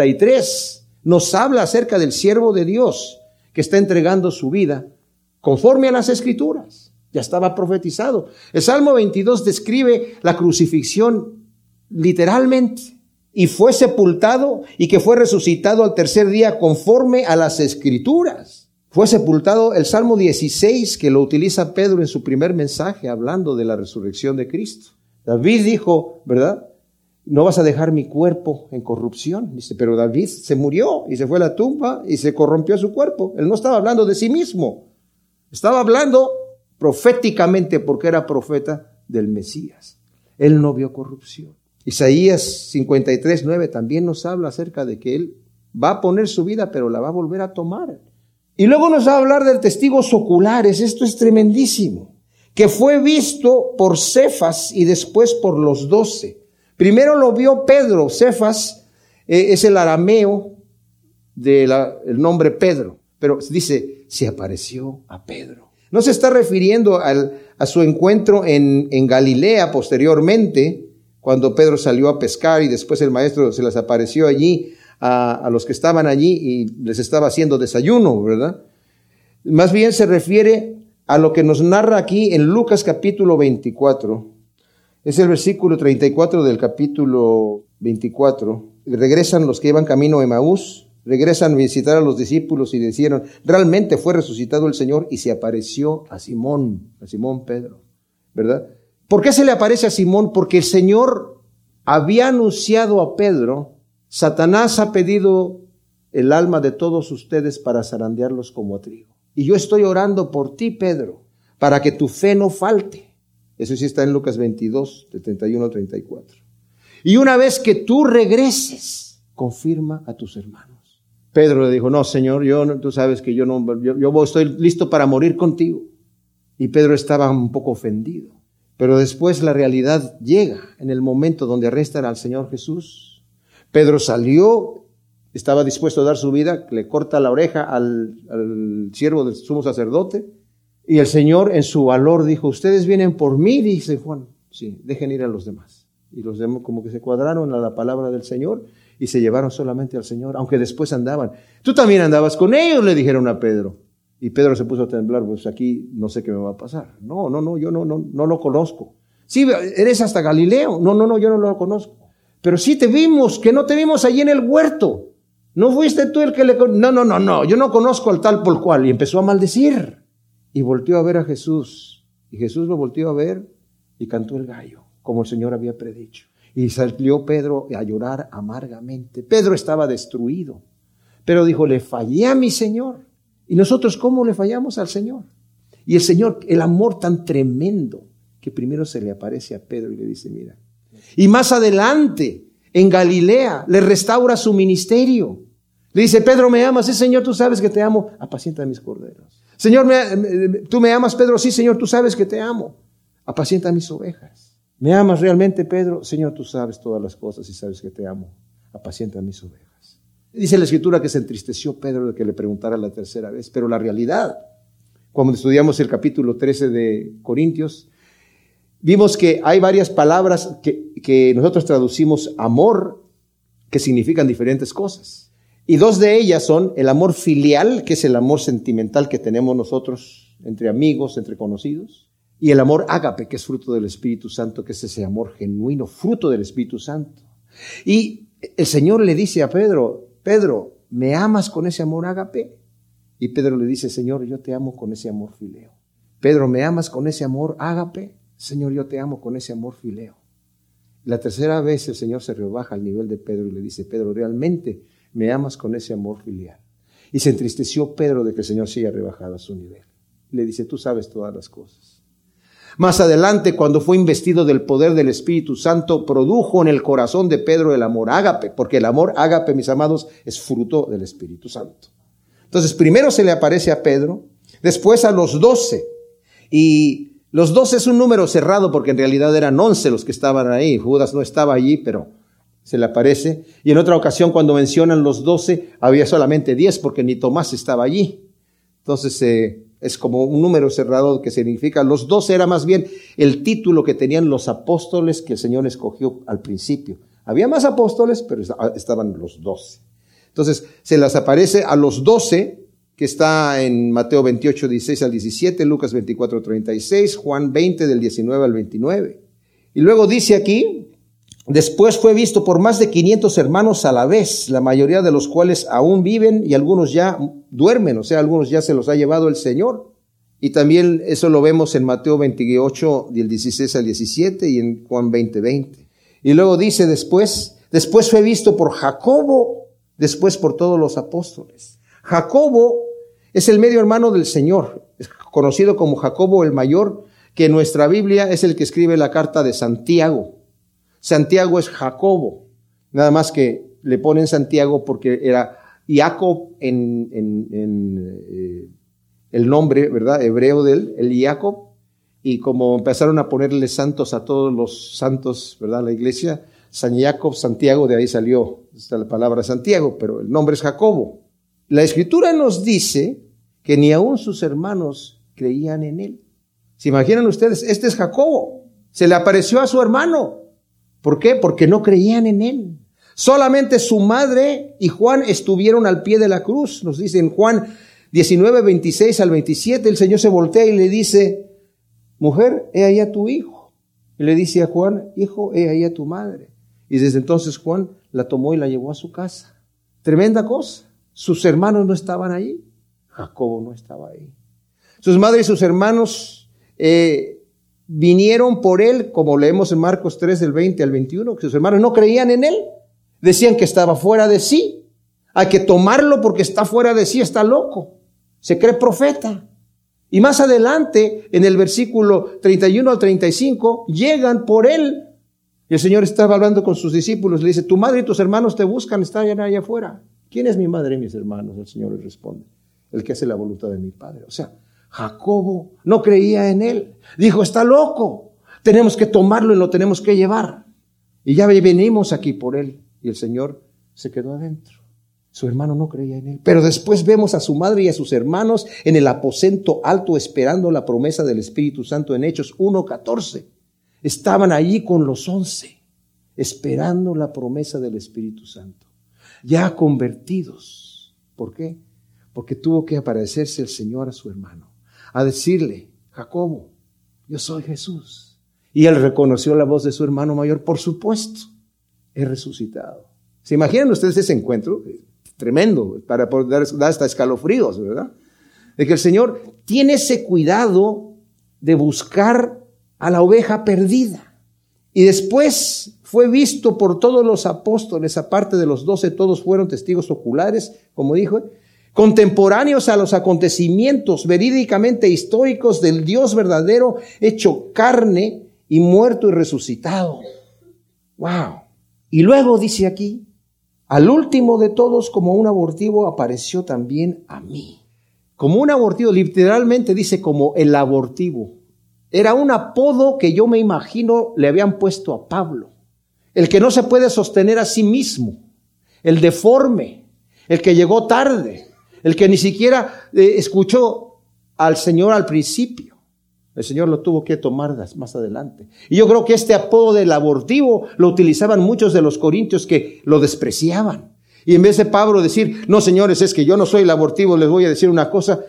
53 nos habla acerca del siervo de Dios que está entregando su vida conforme a las Escrituras. Ya estaba profetizado. El Salmo 22 describe la crucifixión literalmente. Y fue sepultado y que fue resucitado al tercer día conforme a las Escrituras. Fue sepultado el Salmo 16 que lo utiliza Pedro en su primer mensaje hablando de la resurrección de Cristo. David dijo, ¿verdad? No vas a dejar mi cuerpo en corrupción. Dice, pero David se murió y se fue a la tumba y se corrompió su cuerpo. Él no estaba hablando de sí mismo. Estaba hablando proféticamente porque era profeta del Mesías. Él no vio corrupción. Isaías 53, 9 también nos habla acerca de que Él va a poner su vida, pero la va a volver a tomar. Y luego nos va a hablar de testigos oculares. Esto es tremendísimo. Que fue visto por Cefas y después por los 12. Primero lo vio Pedro. Cefas es el arameo del nombre Pedro. Pero dice, se apareció a Pedro. No se está refiriendo a su encuentro en Galilea posteriormente, cuando Pedro salió a pescar y después el maestro se les apareció allí a los que estaban allí y les estaba haciendo desayuno, ¿verdad? Más bien se refiere a lo que nos narra aquí en Lucas capítulo 24. Es el versículo 34 del capítulo 24. Regresan los que iban camino a Emaús, regresan a visitar a los discípulos y dijeron, realmente fue resucitado el Señor y se apareció a Simón Pedro, ¿verdad? ¿Por qué se le aparece a Simón? Porque el Señor había anunciado a Pedro, Satanás ha pedido el alma de todos ustedes para zarandearlos como a trigo. Y yo estoy orando por ti, Pedro, para que tu fe no falte. Eso sí está en Lucas 22, de 31 al 34. Y una vez que tú regreses, confirma a tus hermanos. Pedro le dijo, no, Señor, tú sabes que yo estoy listo para morir contigo. Y Pedro estaba un poco ofendido. Pero después la realidad llega en el momento donde arrestan al Señor Jesús. Pedro salió, estaba dispuesto a dar su vida, le corta la oreja al siervo del sumo sacerdote. Y el Señor en su valor dijo, ustedes vienen por mí, dice Juan. Sí, dejen ir a los demás. Y los demás como que se cuadraron a la palabra del Señor y se llevaron solamente al Señor, aunque después andaban. Tú también andabas con ellos, le dijeron a Pedro. Y Pedro se puso a temblar, pues aquí no sé qué me va a pasar. No, yo no lo conozco. Sí, eres hasta Galileo. No, yo no lo conozco. Pero sí te vimos, que no te vimos allí en el huerto. ¿No fuiste tú el que le... No, yo no conozco al tal por cual. Y empezó a maldecir. Y volteó a ver a Jesús. Y Jesús lo volteó a ver y cantó el gallo, como el Señor había predicho. Y salió Pedro a llorar amargamente. Pedro estaba destruido. Pero dijo, le fallé a mi Señor. ¿Y nosotros cómo le fallamos al Señor? Y el Señor, el amor tan tremendo, que primero se le aparece a Pedro y le dice, mira. Y más adelante, en Galilea, le restaura su ministerio. Le dice, Pedro, ¿me amas? Sí, Señor, tú sabes que te amo. Apacienta mis corderos. Señor, ¿tú me amas, Pedro? Sí, Señor, tú sabes que te amo. Apacienta mis ovejas. ¿Me amas realmente, Pedro? Señor, tú sabes todas las cosas y sabes que te amo. Apacienta mis ovejas. Dice la Escritura que se entristeció Pedro de que le preguntara la tercera vez, pero la realidad, cuando estudiamos el capítulo 13 de Corintios, vimos que hay varias palabras que nosotros traducimos amor, que significan diferentes cosas. Y dos de ellas son el amor filial, que es el amor sentimental que tenemos nosotros entre amigos, entre conocidos, y el amor ágape, que es fruto del Espíritu Santo, que es ese amor genuino, fruto del Espíritu Santo. Y el Señor le dice a Pedro, ¿me amas con ese amor ágape? Y Pedro le dice, Señor, yo te amo con ese amor fileo. Pedro, ¿me amas con ese amor ágape? Señor, yo te amo con ese amor fileo. La tercera vez el Señor se rebaja al nivel de Pedro y le dice, Pedro, ¿realmente me amas con ese amor filial? Y se entristeció Pedro de que el Señor se haya rebajado a su nivel. Le dice, tú sabes todas las cosas. Más adelante, cuando fue investido del poder del Espíritu Santo, produjo en el corazón de Pedro el amor ágape, porque el amor ágape, mis amados, es fruto del Espíritu Santo. Entonces, primero se le aparece a Pedro, después a los 12, y los 12 es un número cerrado porque en realidad eran 11 los que estaban ahí. Judas no estaba allí, pero se le aparece. Y en otra ocasión, cuando mencionan los 12, había solamente 10 porque ni Tomás estaba allí. Entonces, es como un número cerrado que significa, los 12 era más bien el título que tenían los apóstoles que el Señor escogió al principio. Había más apóstoles, pero estaban los 12. Entonces, se les aparece a los 12, que está en Mateo 28, 16 al 17, Lucas 24, 36, Juan 20, del 19 al 29. Y luego dice aquí, después fue visto por más de 500 hermanos a la vez, la mayoría de los cuales aún viven y algunos ya duermen, o sea, algunos ya se los ha llevado el Señor. Y también eso lo vemos en Mateo 28, del 16 al 17 y en Juan 20, 20. Y luego dice después fue visto por Jacobo, después por todos los apóstoles. Jacobo es el medio hermano del Señor, es conocido como Jacobo el Mayor, que en nuestra Biblia es el que escribe la carta de Santiago. Santiago es Jacobo, nada más que le ponen Santiago porque era Jacob en el nombre, ¿verdad?, hebreo de él, el Jacob, y como empezaron a ponerle santos a todos los santos, ¿verdad?, la iglesia, San Jacob, Santiago, de ahí salió la palabra Santiago, pero el nombre es Jacobo. La Escritura nos dice que ni aun sus hermanos creían en él. ¿Se imaginan ustedes? Este es Jacobo, se le apareció a su hermano. ¿Por qué? Porque no creían en él. Solamente su madre y Juan estuvieron al pie de la cruz. Nos dice en Juan 19, 26 al 27, el Señor se voltea y le dice, mujer, he ahí a tu hijo. Y le dice a Juan, hijo, he ahí a tu madre. Y desde entonces Juan la tomó y la llevó a su casa. Tremenda cosa. sus hermanos no estaban ahí. Jacobo no estaba ahí. Sus madres y sus hermanos vinieron por él, como leemos en Marcos 3, del 20 al 21, que sus hermanos no creían en él. Decían que estaba fuera de sí. Hay que tomarlo porque está fuera de sí, está loco. Se cree profeta. Y más adelante, en el versículo 31 al 35, llegan por él. Y el Señor estaba hablando con sus discípulos. Le dice, tu madre y tus hermanos te buscan, están allá afuera. ¿Quién es mi madre y mis hermanos? El Señor le responde, el que hace la voluntad de mi Padre. O sea, Jacobo no creía en él. Dijo, está loco. Tenemos que tomarlo y lo tenemos que llevar. Y ya venimos aquí por él. Y el Señor se quedó adentro. Su hermano no creía en él. Pero después vemos a su madre y a sus hermanos en el aposento alto esperando la promesa del Espíritu Santo en Hechos 1:14. Estaban allí con los 11, esperando la promesa del Espíritu Santo. Ya convertidos. ¿Por qué? Porque tuvo que aparecerse el Señor a su hermano, a decirle, Jacobo, yo soy Jesús. Y él reconoció la voz de su hermano mayor, por supuesto, he resucitado. ¿Se imaginan ustedes ese encuentro? Tremendo, para poder dar hasta escalofríos, ¿verdad? De que el Señor tiene ese cuidado de buscar a la oveja perdida. Y después fue visto por todos los apóstoles, aparte de los 12, todos fueron testigos oculares, como dijo, contemporáneos a los acontecimientos verídicamente históricos del Dios verdadero, hecho carne y muerto y resucitado. ¡Wow! Y luego dice aquí, al último de todos, como un abortivo, apareció también a mí. Como un abortivo, literalmente dice como el abortivo. Era un apodo que yo me imagino le habían puesto a Pablo. El que no se puede sostener a sí mismo. El deforme. El que llegó tarde. El que ni siquiera escuchó al Señor al principio. El Señor lo tuvo que tomar más adelante. Y yo creo que este apodo del abortivo lo utilizaban muchos de los corintios que lo despreciaban. Y en vez de Pablo decir, no señores, es que yo no soy el abortivo, les voy a decir una cosa.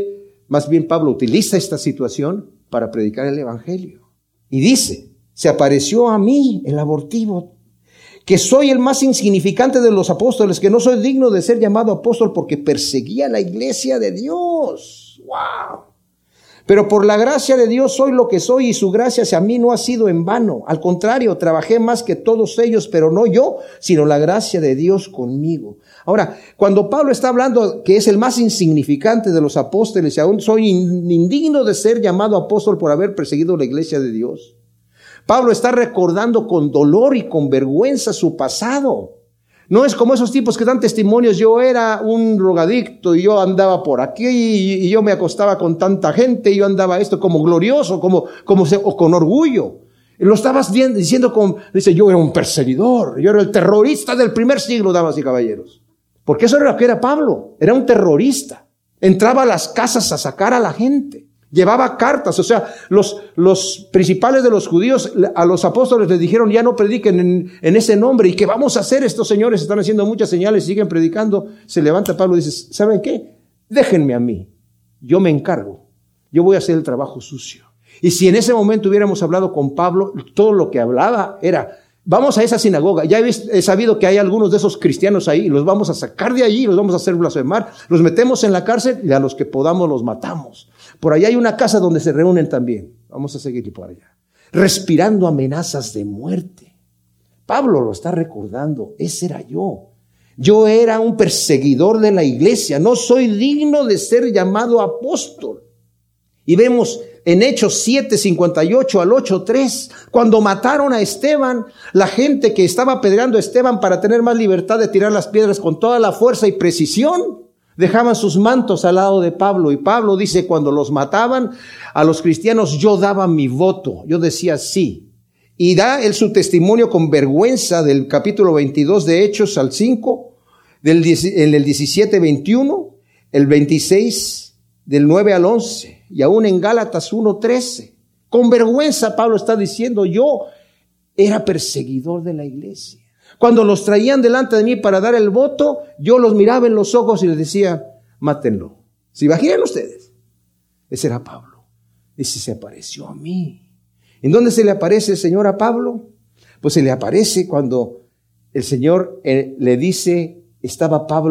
Más bien Pablo utiliza esta situación para predicar el evangelio. Y dice, se apareció a mí el abortivo, que soy el más insignificante de los apóstoles, que no soy digno de ser llamado apóstol porque perseguía la iglesia de Dios. ¡Wow! Pero por la gracia de Dios soy lo que soy y su gracia hacia mí no ha sido en vano. Al contrario, trabajé más que todos ellos, pero no yo, sino la gracia de Dios conmigo. Ahora, cuando Pablo está hablando que es el más insignificante de los apóstoles y aún soy indigno de ser llamado apóstol por haber perseguido la iglesia de Dios, Pablo está recordando con dolor y con vergüenza su pasado. No es como esos tipos que dan testimonios, yo era un drogadicto y yo andaba por aquí y yo me acostaba con tanta gente y yo andaba esto como glorioso, o con orgullo. Y lo estabas diciendo dice, yo era un perseguidor, yo era el terrorista del primer siglo, damas y caballeros. Porque eso era lo que era Pablo, era un terrorista. Entraba a las casas a sacar a la gente. Llevaba cartas, o sea, los principales de los judíos a los apóstoles les dijeron, ya no prediquen en ese nombre. ¿Y qué vamos a hacer? Estos señores están haciendo muchas señales, siguen predicando. Se levanta Pablo y dice, ¿saben qué? Déjenme a mí, yo me encargo, yo voy a hacer el trabajo sucio. Y si en ese momento hubiéramos hablado con Pablo, todo lo que hablaba era, vamos a esa sinagoga, ya he sabido que hay algunos de esos cristianos ahí, los vamos a sacar de allí, los vamos a hacer blasfemar, los metemos en la cárcel y a los que podamos los matamos. Por allá hay una casa donde se reúnen también. Vamos a seguir por allá. Respirando amenazas de muerte. Pablo lo está recordando. Ese era yo. Yo era un perseguidor de la iglesia. No soy digno de ser llamado apóstol. Y vemos en Hechos 7:58 al 8:3, cuando mataron a Esteban, la gente que estaba apedreando a Esteban para tener más libertad de tirar las piedras con toda la fuerza y precisión, dejaban sus mantos al lado de Pablo. Y Pablo dice, cuando los mataban a los cristianos, yo daba mi voto. Yo decía sí. Y da él su testimonio con vergüenza del capítulo 22 de Hechos al 5, en el 17:21, el 26, del 9 al 11, y aún en Gálatas 1:13. Con vergüenza Pablo está diciendo, yo era perseguidor de la iglesia. Cuando los traían delante de mí para dar el voto, yo los miraba en los ojos y les decía, mátenlo. ¿Se imaginan ustedes? Ese era Pablo. Ese se apareció a mí. ¿En dónde se le aparece el Señor a Pablo? Pues se le aparece cuando el Señor le dice, estaba Pablo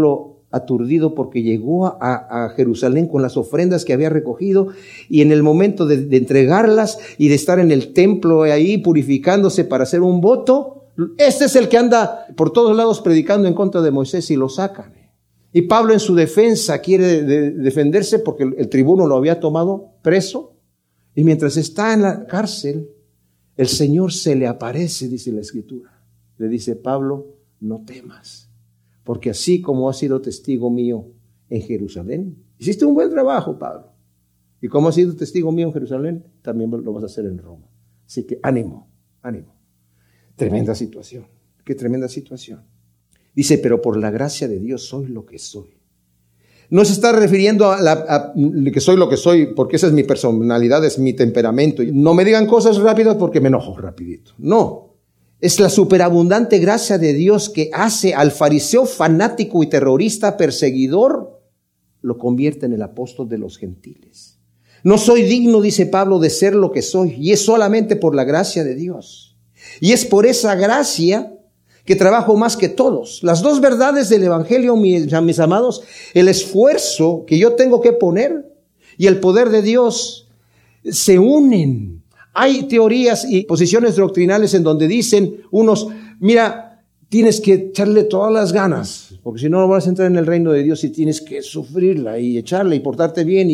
aturdido porque llegó a Jerusalén con las ofrendas que había recogido, y en el momento de entregarlas y de estar en el templo ahí purificándose para hacer un voto, este es el que anda por todos lados predicando en contra de Moisés y lo sacan. Y Pablo en su defensa quiere defenderse porque el tribuno lo había tomado preso, y mientras está en la cárcel, el Señor se le aparece, dice la Escritura. Le dice: Pablo, no temas, porque así como has sido testigo mío en Jerusalén, hiciste un buen trabajo, Pablo. Y como has sido testigo mío en Jerusalén, también lo vas a hacer en Roma. Así que ánimo, ánimo. Tremenda situación, qué tremenda situación. Dice: pero por la gracia de Dios soy lo que soy. No se está refiriendo a que soy lo que soy, porque esa es mi personalidad, es mi temperamento. No me digan cosas rápidas porque me enojo rapidito. No, es la superabundante gracia de Dios que hace al fariseo fanático y terrorista perseguidor, lo convierte en el apóstol de los gentiles. No soy digno, dice Pablo, de ser lo que soy, y es solamente por la gracia de Dios. Y es por esa gracia que trabajo más que todos. Las dos verdades del Evangelio, mis amados, el esfuerzo que yo tengo que poner y el poder de Dios se unen. Hay teorías y posiciones doctrinales en donde dicen unos: mira, tienes que echarle todas las ganas, porque si no, no vas a entrar en el reino de Dios, y tienes que sufrirla y echarle y portarte bien, y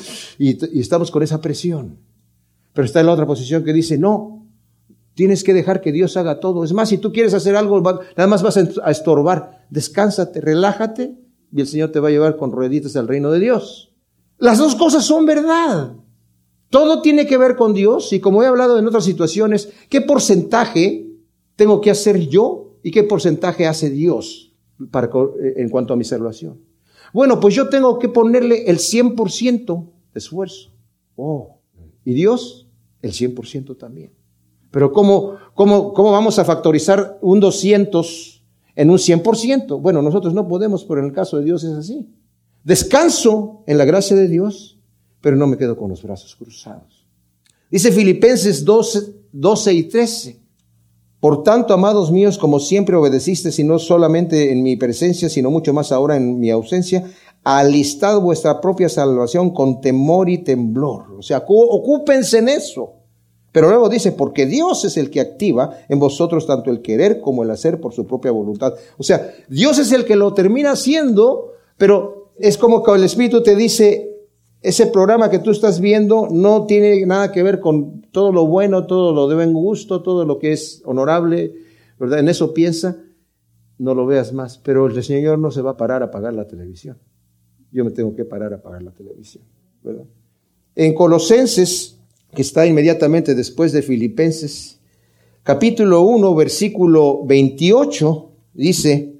estamos con esa presión. Pero está en la otra posición que dice: no, tienes que dejar que Dios haga todo. Es más, si tú quieres hacer algo, nada más vas a estorbar. Descánsate, relájate, y el Señor te va a llevar con rueditas al reino de Dios. Las dos cosas son verdad. Todo tiene que ver con Dios, y como he hablado en otras situaciones, ¿qué porcentaje tengo que hacer yo y qué porcentaje hace Dios en cuanto a mi salvación? Bueno, pues yo tengo que ponerle el 100% de esfuerzo. Y Dios el 100% también. Pero ¿cómo vamos a factorizar un 200 en un 100%? Bueno, nosotros no podemos, pero en el caso de Dios es así. Descanso en la gracia de Dios, pero no me quedo con los brazos cruzados. Dice Filipenses 12 y 13. Por tanto, amados míos, como siempre obedecisteis, y no solamente en mi presencia, sino mucho más ahora en mi ausencia, alistad vuestra propia salvación con temor y temblor. O sea, ocúpense en eso. Pero luego dice: porque Dios es el que activa en vosotros tanto el querer como el hacer por su propia voluntad. O sea, Dios es el que lo termina haciendo, pero es como que el Espíritu te dice: ese programa que tú estás viendo no tiene nada que ver con todo lo bueno, todo lo de buen gusto, todo lo que es honorable, ¿verdad? En eso piensa, no lo veas más. Pero el Señor no se va a parar a apagar la televisión. Yo me tengo que parar a apagar la televisión, ¿verdad? En Colosenses, que está inmediatamente después de Filipenses, capítulo 1, versículo 28, dice: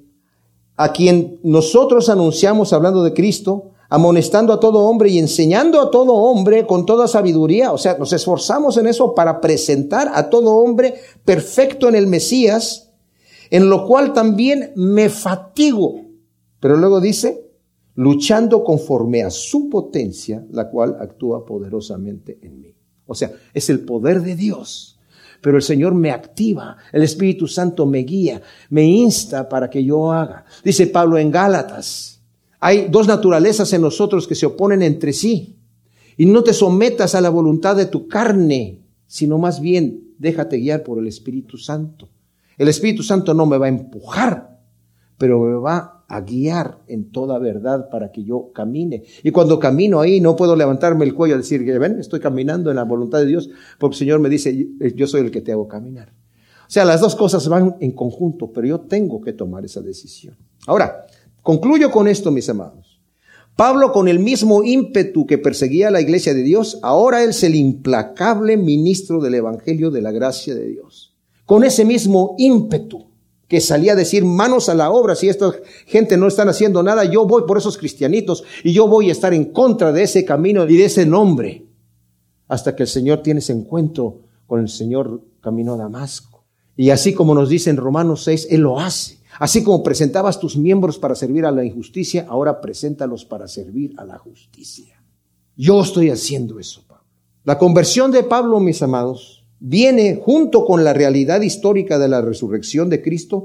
a quien nosotros anunciamos, hablando de Cristo, amonestando a todo hombre y enseñando a todo hombre con toda sabiduría. O sea, nos esforzamos en eso para presentar a todo hombre perfecto en el Mesías, en lo cual también me fatigo. Pero luego dice: luchando conforme a su potencia, la cual actúa poderosamente en mí. O sea, es el poder de Dios, pero el Señor me activa, el Espíritu Santo me guía, me insta para que yo haga. Dice Pablo en Gálatas: hay dos naturalezas en nosotros que se oponen entre sí, y no te sometas a la voluntad de tu carne, sino más bien déjate guiar por el Espíritu Santo. El Espíritu Santo no me va a empujar, pero me va a guiar en toda verdad para que yo camine. Y cuando camino ahí, no puedo levantarme el cuello y decir: ven, estoy caminando en la voluntad de Dios, porque el Señor me dice: yo soy el que te hago caminar. O sea, las dos cosas van en conjunto, pero yo tengo que tomar esa decisión. Ahora, concluyo con esto, mis amados. Pablo, con el mismo ímpetu que perseguía a la iglesia de Dios, ahora él es el implacable ministro del Evangelio de la gracia de Dios. Con ese mismo ímpetu que salía a decir: manos a la obra, si esta gente no están haciendo nada, yo voy por esos cristianitos y yo voy a estar en contra de ese camino y de ese nombre. Hasta que el Señor tiene ese encuentro con el Señor camino a Damasco. Y así como nos dice en Romanos 6, Él lo hace. Así como presentabas tus miembros para servir a la injusticia, ahora preséntalos para servir a la justicia. Yo estoy haciendo eso, Pablo. La conversión de Pablo, mis amados, viene junto con la realidad histórica de la resurrección de Cristo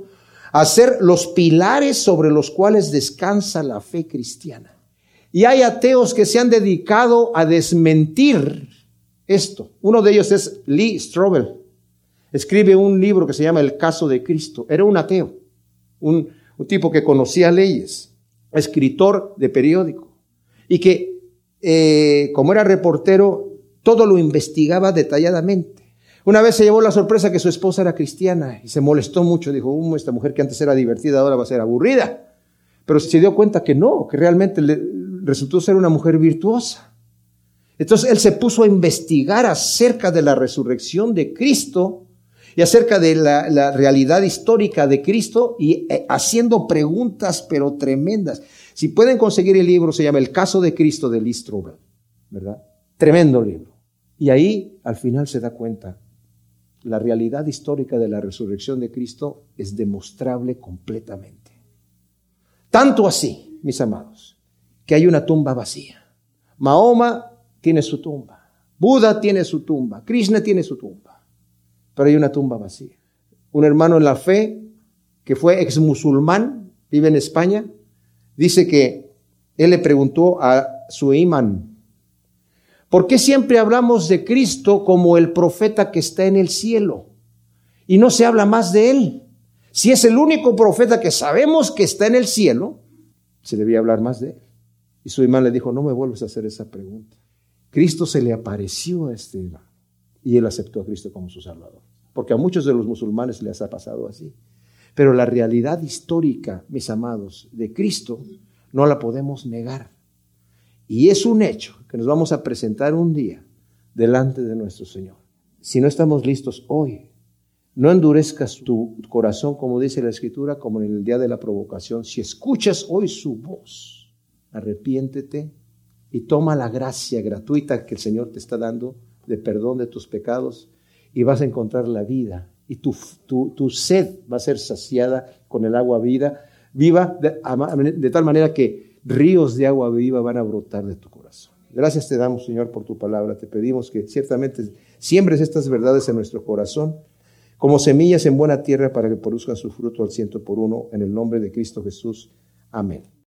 a ser los pilares sobre los cuales descansa la fe cristiana. Y hay ateos que se han dedicado a desmentir esto. Uno de ellos es Lee Strobel. Escribe un libro que se llama El caso de Cristo. Era un ateo, un tipo que conocía leyes, escritor de periódico, y que como era reportero, todo lo investigaba detalladamente. Una vez se llevó la sorpresa que su esposa era cristiana y se molestó mucho. Dijo, esta mujer que antes era divertida ahora va a ser aburrida. Pero se dio cuenta que no, que realmente resultó ser una mujer virtuosa. Entonces él se puso a investigar acerca de la resurrección de Cristo y acerca de la realidad histórica de Cristo y haciendo preguntas pero tremendas. Si pueden conseguir el libro, se llama El caso de Cristo de Lee Strobel, ¿verdad? Tremendo libro. Y ahí al final se da cuenta, la realidad histórica de la resurrección de Cristo es demostrable completamente. Tanto así, mis amados, que hay una tumba vacía. Mahoma tiene su tumba, Buda tiene su tumba, Krishna tiene su tumba, pero hay una tumba vacía. Un hermano en la fe que fue ex musulmán, vive en España, dice que él le preguntó a su imán, ¿por qué siempre hablamos de Cristo como el profeta que está en el cielo y no se habla más de él? Si es el único profeta que sabemos que está en el cielo, se debía hablar más de él. Y su imán le dijo, no me vuelvas a hacer esa pregunta. Cristo se le apareció a este imán y él aceptó a Cristo como su Salvador. Porque a muchos de los musulmanes les ha pasado así. Pero la realidad histórica, mis amados, de Cristo no la podemos negar. Y es un hecho que nos vamos a presentar un día delante de nuestro Señor. Si no estamos listos hoy, no endurezcas tu corazón, como dice la Escritura, como en el día de la provocación. Si escuchas hoy su voz, arrepiéntete y toma la gracia gratuita que el Señor te está dando de perdón de tus pecados y vas a encontrar la vida. Y tu sed va a ser saciada con el agua viva de tal manera que ríos de agua viva van a brotar de tu corazón. Gracias te damos, Señor, por tu palabra. Te pedimos que ciertamente siembres estas verdades en nuestro corazón como semillas en buena tierra para que produzcan su fruto al 100 por uno, en el nombre de Cristo Jesús. Amén.